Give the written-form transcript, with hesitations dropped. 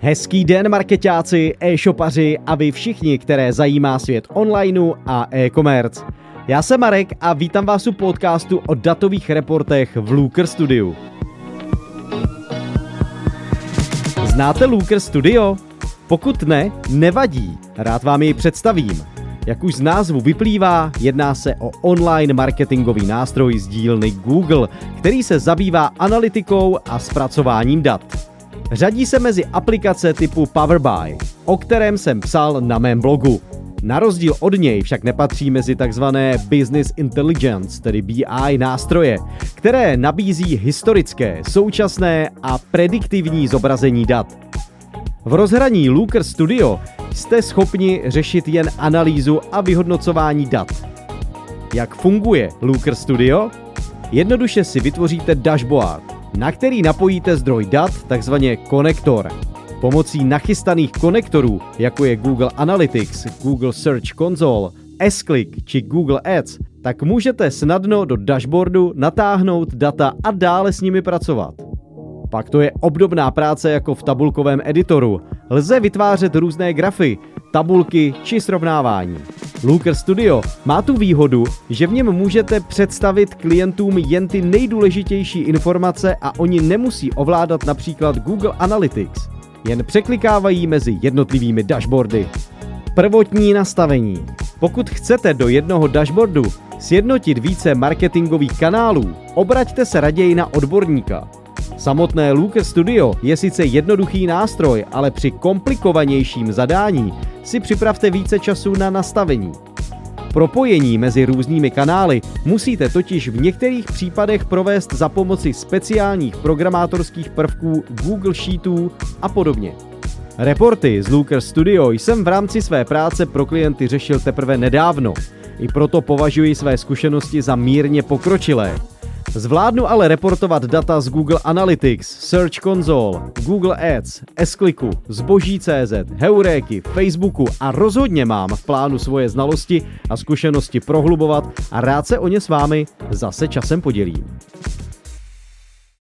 Hezký den, markeťáci, e-shopaři a vy všichni, které zajímá svět onlineu a e-commerce. Já jsem Marek a vítám vás u podcastu o datových reportech v Looker Studiu. Znáte Looker Studio? Pokud ne, nevadí, rád vám jej představím. Jak už z názvu vyplývá, jedná se o online marketingový nástroj z dílny Google, který se zabývá analytikou a zpracováním dat. Řadí se mezi aplikace typu Power BI, o kterém jsem psal na mém blogu. Na rozdíl od něj však nepatří mezi takzvané Business Intelligence, tedy BI nástroje, které nabízí historické, současné a prediktivní zobrazení dat. V rozhraní Looker Studio jste schopni řešit jen analýzu a vyhodnocování dat. Jak funguje Looker Studio? Jednoduše si vytvoříte dashboard, na který napojíte zdroj dat, takzvaně konektor. Pomocí nachystaných konektorů, jako je Google Analytics, Google Search Console, S-Click či Google Ads, tak můžete snadno do dashboardu natáhnout data a dále s nimi pracovat. Pak to je obdobná práce jako v tabulkovém editoru. Lze vytvářet různé grafy, tabulky či srovnávání. Looker Studio má tu výhodu, že v něm můžete představit klientům jen ty nejdůležitější informace a oni nemusí ovládat například Google Analytics. Jen překlikávají mezi jednotlivými dashboardy. Prvotní nastavení. Pokud chcete do jednoho dashboardu sjednotit více marketingových kanálů, obraťte se raději na odborníka. Samotné Looker Studio je sice jednoduchý nástroj, ale při komplikovanějším zadání si připravte více času na nastavení. Propojení mezi různými kanály musíte totiž v některých případech provést za pomoci speciálních programátorských prvků Google Sheetů a podobně. Reporty z Looker Studio jsem v rámci své práce pro klienty řešil teprve nedávno. I proto považuji své zkušenosti za mírně pokročilé. Zvládnu ale reportovat data z Google Analytics, Search Console, Google Ads, S-Clicku, Zboží.cz, Heuréky, Facebooku a rozhodně mám v plánu svoje znalosti a zkušenosti prohlubovat a rád se o ně s vámi zase časem podělím.